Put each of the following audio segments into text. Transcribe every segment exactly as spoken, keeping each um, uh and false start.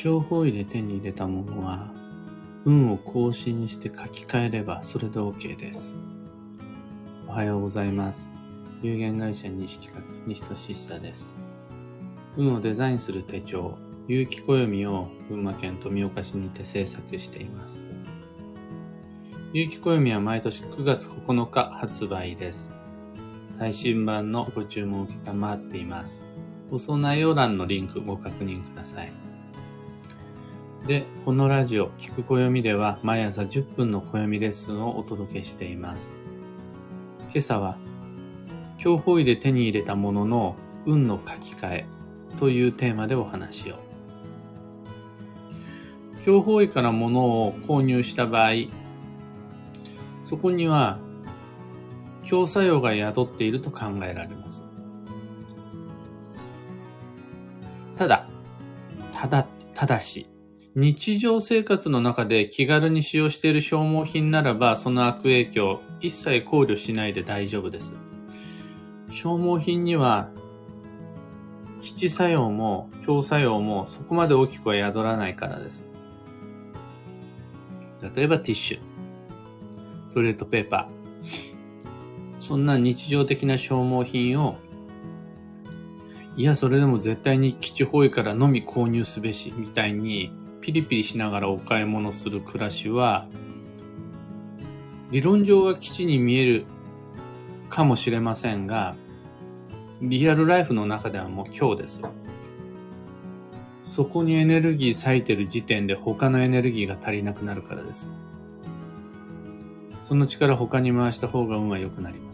教法医で手に入れたものは、運を更新して書き換えればそれで OK です。おはようございます。有限会社西企画、西俊久です。運をデザインする手帳、有機暦を群馬県富岡市にて制作しています。有機暦は毎年くがつここのか発売です。最新版のご注文を受けたまっています。放送内容欄のリンクご確認ください。で、このラジオ、聞く暦では毎朝じゅっぷんの暦レッスンをお届けしています。今朝は、教法医で手に入れたものの運の書き換えというテーマでお話を。教法医から物を購入した場合、そこには強作用が宿っていると考えられます。ただ、ただ、ただし、日常生活の中で気軽に使用している消耗品ならば、その悪影響一切考慮しないで大丈夫です。消耗品には、七作用も強作用もそこまで大きくは宿らないからです。例えばティッシュ、トイレットペーパー、そんな日常的な消耗品を、いやそれでも絶対に基地方位からのみ購入すべしみたいにピリピリしながらお買い物する暮らしは、理論上は基地に見えるかもしれませんが、リアルライフの中ではもう今日です。そこにエネルギー割いてる時点で他のエネルギーが足りなくなるからです。その力他に回した方が運は良くなります。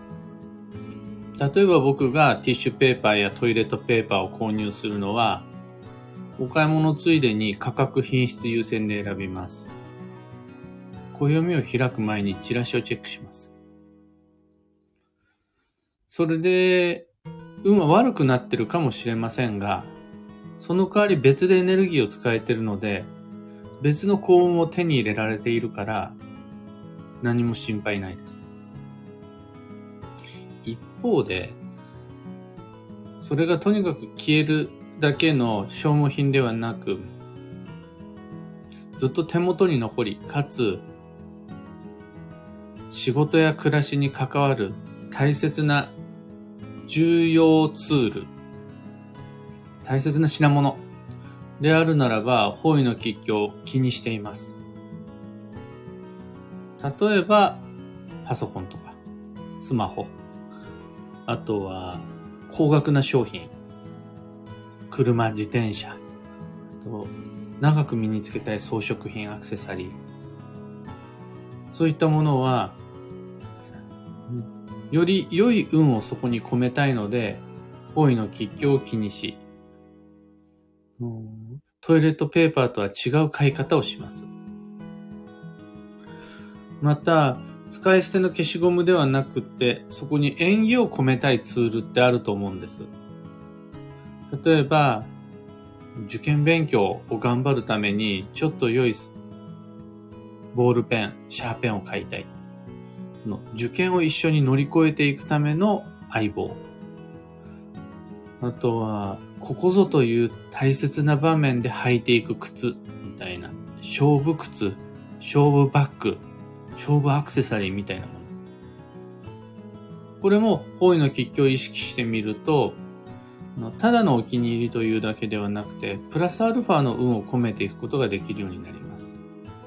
例えば僕がティッシュペーパーやトイレットペーパーを購入するのは、お買い物ついでに価格品質優先で選びます。暦を開く前にチラシをチェックします。それで、運は悪くなってるかもしれませんが、その代わり別でエネルギーを使えてるので、別の幸運を手に入れられているから、何も心配ないです。一方で、それがとにかく消えるだけの消耗品ではなく、ずっと手元に残り、かつ、仕事や暮らしに関わる大切な重要ツール、大切な品物であるならば、方位の吉凶を気にしています。例えば、パソコンとか、スマホ、あとは、高額な商品、車、自転車、と長く身につけたい装飾品、アクセサリー。そういったものは、より良い運をそこに込めたいので、方位の吉凶を気にし、トイレットペーパーとは違う買い方をします。また、使い捨ての消しゴムではなくって、そこに縁起を込めたいツールってあると思うんです。例えば、受験勉強を頑張るためにちょっと良いボールペン、シャーペンを買いたい。その受験を一緒に乗り越えていくための相棒。あとは、ここぞという大切な場面で履いていく靴みたいな。勝負靴、勝負バッグ、勝負アクセサリーみたいなもの。これも方位の吉凶を意識してみると、ただのお気に入りというだけではなくて、プラスアルファの運を込めていくことができるようになります。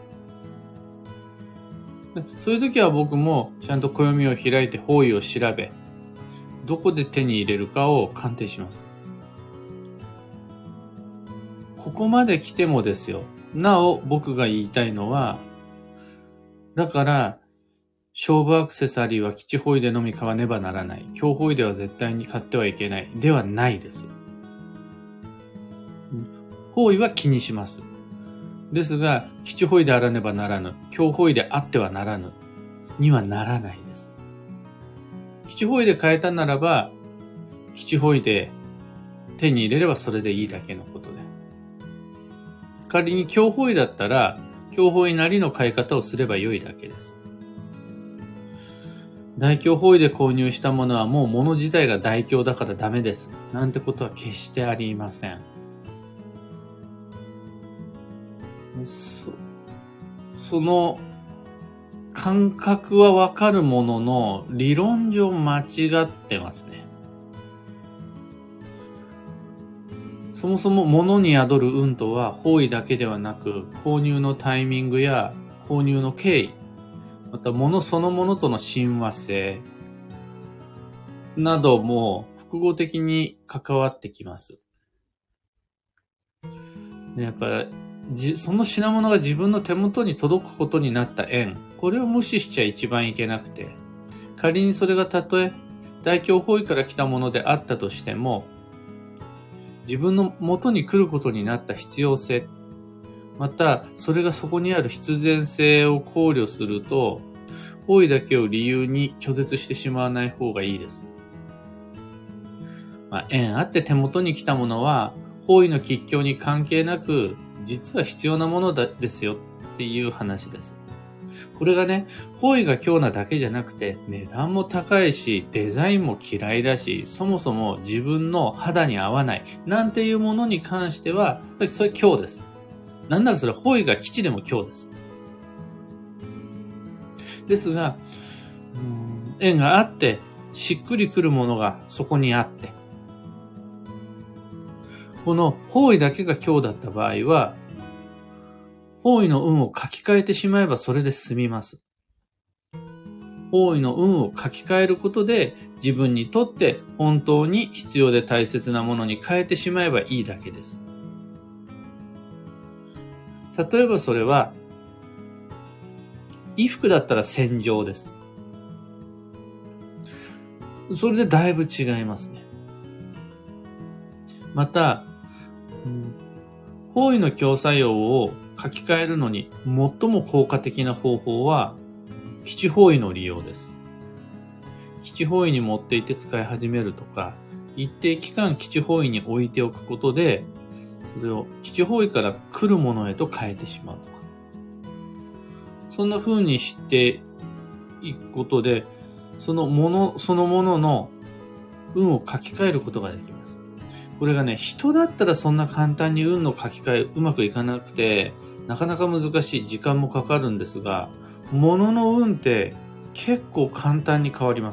そういう時は僕もちゃんと暦を開いて方位を調べ、どこで手に入れるかを鑑定します。ここまで来てもですよ。なお僕が言いたいのは、だから、勝負アクセサリーは基地方位でのみ買わねばならない。強方位では絶対に買ってはいけない。ではないです。方位は気にします。ですが、基地方位であらねばならぬ。強方位であってはならぬ。にはならないです。基地方位で買えたならば、基地方位で手に入れればそれでいいだけのことで。仮に強方位だったら、強方位なりの買い方をすれば良いだけです。大凶方位で購入したものはもう物自体が大凶だからダメです。なんてことは決してありません。 そ、その感覚はわかるものの、理論上間違ってますね。そもそも物に宿る運とは方位だけではなく、購入のタイミングや購入の経緯、また物そのものとの親和性なども複合的に関わってきます。でやっぱりその品物が自分の手元に届くことになった縁、これを無視しちゃ一番いけなくて、仮にそれがたとえ大凶方位から来たものであったとしても、自分の元に来ることになった必要性、またそれがそこにある必然性を考慮すると、方位だけを理由に拒絶してしまわない方がいいです。まあ、縁あって手元に来たものは、方位の吉凶に関係なく、実は必要なものだですよっていう話です。これがね、方位が強なだけじゃなくて、値段も高いし、デザインも嫌いだし、そもそも自分の肌に合わない、なんていうものに関しては、それ強です。なんならそれ方位が基地でも強です。ですが、うーん縁があって、しっくりくるものがそこにあって、この方位だけが強だった場合は、方位の運を書き換えてしまえばそれで済みます。方位の運を書き換えることで自分にとって本当に必要で大切なものに変えてしまえばいいだけです。例えばそれは、衣服だったら戦場です。それでだいぶ違いますね。また、方位の強作用を書き換えるのに最も効果的な方法は基地方位の利用です。基地方位に持っていて使い始めるとか、一定期間基地方位に置いておくことで、それを基地方位から来るものへと変えてしまうとか。そんな風にしていくことで、そのものそのものの運を書き換えることができます。これがね、人だったらそんな簡単に運の書き換えうまくいかなくて、なかなか難しい、時間もかかるんですが、物の運って結構簡単に変わります。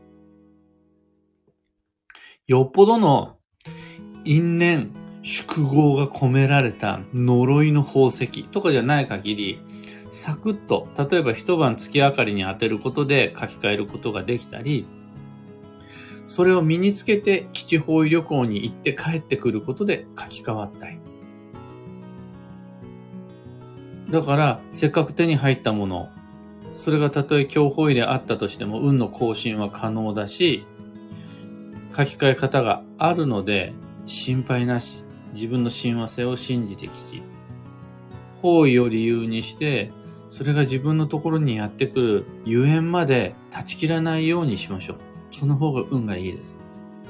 よっぽどの因縁、宿業が込められた呪いの宝石とかじゃない限り、サクッと、例えば一晩月明かりに当てることで書き換えることができたり、それを身につけて基地方位旅行に行って帰ってくることで書き換わったり。だから、せっかく手に入ったもの、それがたとえ強方位であったとしても運の更新は可能だし、書き換え方があるので、心配なし、自分の親和性を信じて基地。方位を理由にして、それが自分のところにやってくるゆえんまで断ち切らないようにしましょう。その方が運がいいです。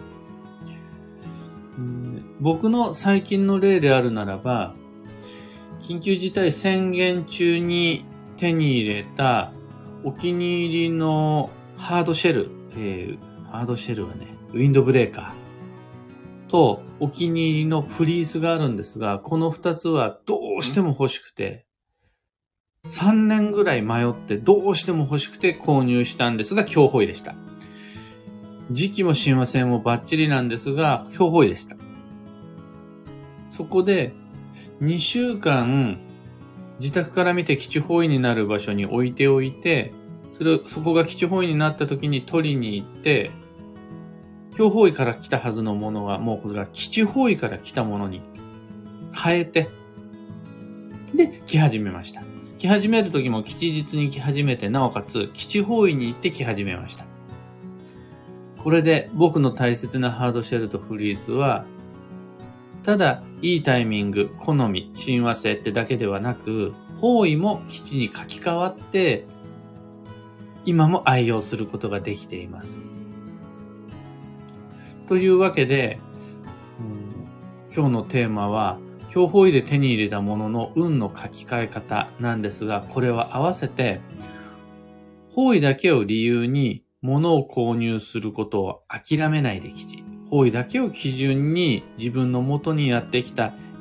僕の最近の例であるならば、緊急事態宣言中に手に入れたお気に入りのハードシェル、えー、ハードシェルはね、ウィンドブレーカーとお気に入りのフリースがあるんですが、この二つはどうしても欲しくて、さんねんぐらい迷ってどうしても欲しくて購入したんですが、強方位でした。時期も親和性もバッチリなんですが、強方位でした。そこで、にしゅうかん、自宅から見て基地方位になる場所に置いておいて、それを、そこが基地方位になった時に取りに行って、強方位から来たはずのものが、もうこれは基地方位から来たものに変えて、で、来始めました。来始める時も吉日に来始めて、なおかつ基地方位に行って来始めました。これで僕の大切なハードシェルとフリースは、ただいいタイミング、好み、親和性ってだけではなく、方位も基地に書き換わって、今も愛用することができています。というわけで、うん、今日のテーマは、強方位で手に入れたものの運の書き換え方なんですが、これは合わせて、方位だけを理由に物を購入することを諦めないで基地。方位だけを基準に自分の元にやってきた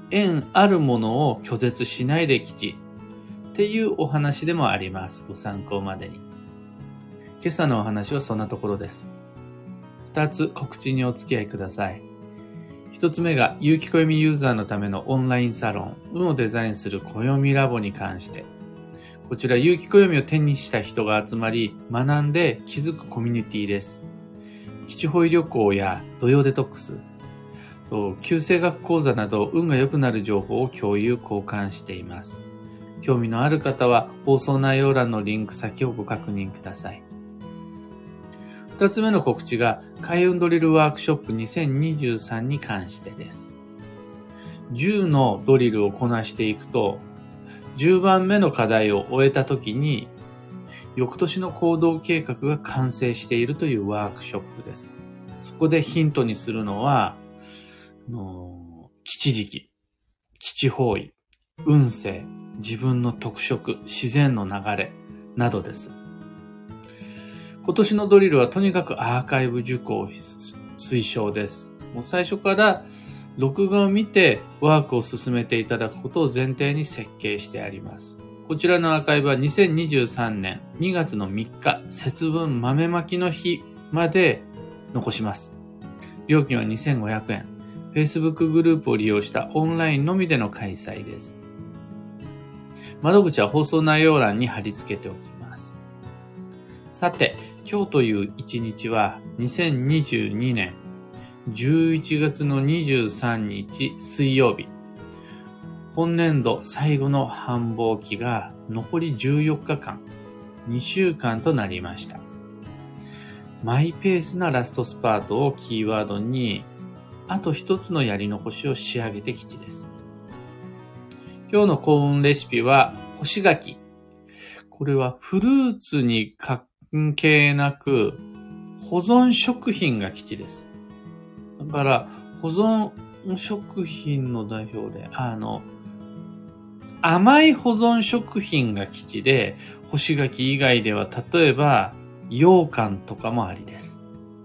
縁あるものを拒絶しないで吉っていうお話でもあります。ご参考までに。今朝のお話はそんなところです。二つ告知にお付き合いください。一つ目が、有機暦ユーザーのためのオンラインサロン、運をデザインする暦ラボに関して。こちら、有機暦を手にした人が集まり、学んで気づくコミュニティです。基地方位旅行や土曜デトックス、と旧星学講座など運が良くなる情報を共有交換しています。興味のある方は放送内容欄のリンク先をご確認ください。二つ目の告知が開運ドリルワークショップにせんにじゅうさんに関してです。じゅうのドリルをこなしていくと、じゅうばんめの課題を終えた時に、翌年の行動計画が完成しているというワークショップです。そこでヒントにするのは、の吉時期、吉方位、運勢、自分の特色、自然の流れなどです。今年のドリルはとにかくアーカイブ受講推奨です。もう最初から録画を見てワークを進めていただくことを前提に設計してあります。こちらのアーカイブはにせんにじゅうさんねんにがつのみっか節分豆まきの日まで残します。料金はにせんごひゃくえん。Facebook グループを利用したオンラインのみでの開催です。窓口は放送内容欄に貼り付けておきます。さて、今日という一日はにせんにじゅうにねんじゅういちがつのにじゅうさんにち水曜日。本年度最後の繁忙期が残りじゅうよっかかん、にしゅうかんとなりました。マイペースなラストスパートをキーワードに、あと一つのやり残しを仕上げて吉です。今日の幸運レシピは干し柿。これはフルーツに関係なく保存食品が吉です。だから保存食品の代表で、あの、甘い保存食品が吉で、干し柿以外では例えば羊羹とかもありです。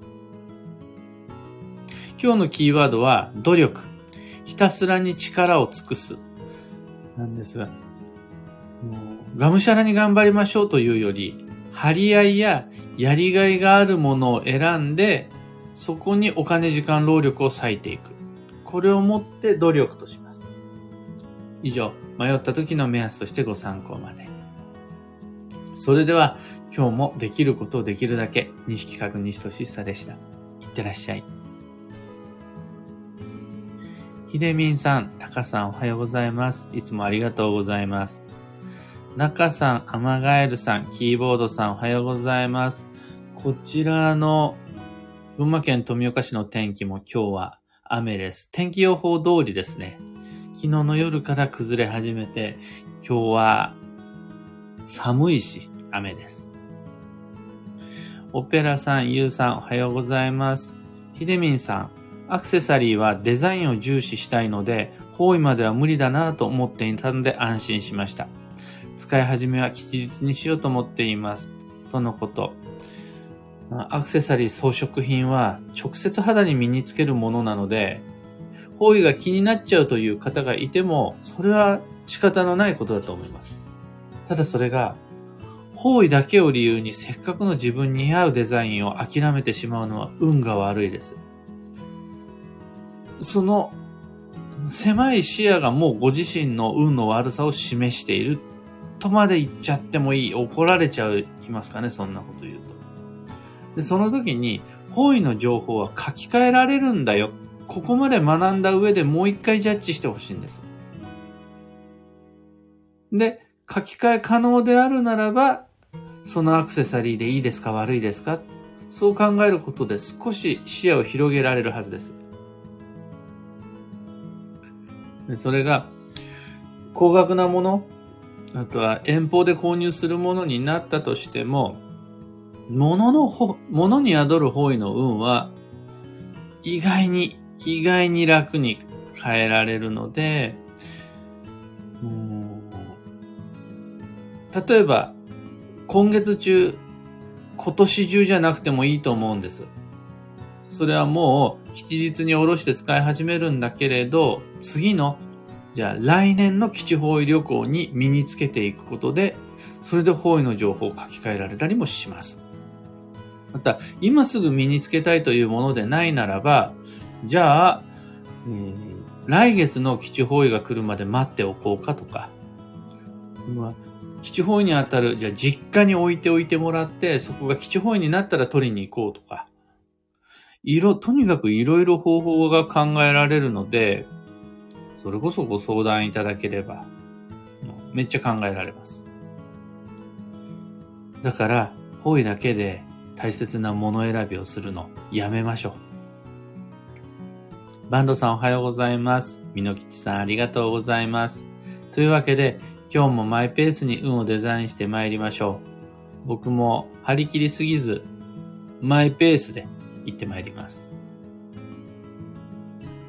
今日のキーワードは努力。ひたすらに力を尽くす。なんですが、もうがむしゃらに頑張りましょうというより、張り合いややりがいがあるものを選んで、そこにお金、時間、労力を割いていく。これをもって努力とします。以上、迷った時の目安としてご参考まで。それでは、今日もできることをできるだけ、西企画西俊久でした。いってらっしゃい。ひでみんさん、たかさんおはようございます。いつもありがとうございます。なかさん、アマガエルさん、キーボードさんおはようございます。こちらの群馬県富岡市の天気も今日は雨です。天気予報通りですね。昨日の夜から崩れ始めて、今日は寒いし雨です。オペラさん、ゆうさんおはようございます。ひでみんさん、アクセサリーはデザインを重視したいので、方位までは無理だなと思っていたので安心しました。使い始めは吉日にしようと思っています。とのこと。アクセサリー装飾品は直接肌に身につけるものなので、方位が気になっちゃうという方がいても、それは仕方のないことだと思います。ただそれが、方位だけを理由にせっかくの自分に合うデザインを諦めてしまうのは運が悪いです。その狭い視野がもうご自身の運の悪さを示しているとまで言っちゃってもいい。怒られちゃいますかね、そんなこと言うと。で、その時に方位の情報は書き換えられるんだよ。ここまで学んだ上でもう一回ジャッジしてほしいんです。で、書き換え可能であるならば、そのアクセサリーでいいですか悪いですか、そう考えることで少し視野を広げられるはずです。でそれが高額なもの、あとは遠方で購入するものになったとしても、物のほ、物に宿る方位の運は意外に、意外に楽に変えられるので、うーん例えば今月中、今年中じゃなくてもいいと思うんです。それはもう吉日に下ろして使い始めるんだけれど、次のじゃあ来年の基地方位旅行に身につけていくことで、それで方位の情報を書き換えられたりもします。また、今すぐ身につけたいというものでないならば、じゃあ、えー、来月の基地方位が来るまで待っておこうかとか、基地方位にあたる、じゃあ実家に置いておいてもらって、そこが基地方位になったら取りに行こうとか、いろ、とにかくいろいろ方法が考えられるので、それこそご相談いただければ、めっちゃ考えられます。だから、方位だけで大切なもの選びをするのやめましょう。バンドさんおはようございます。みのきちさんありがとうございます。というわけで、今日もマイペースに運をデザインして参りましょう。僕も張り切りすぎず、マイペースで行って参ります。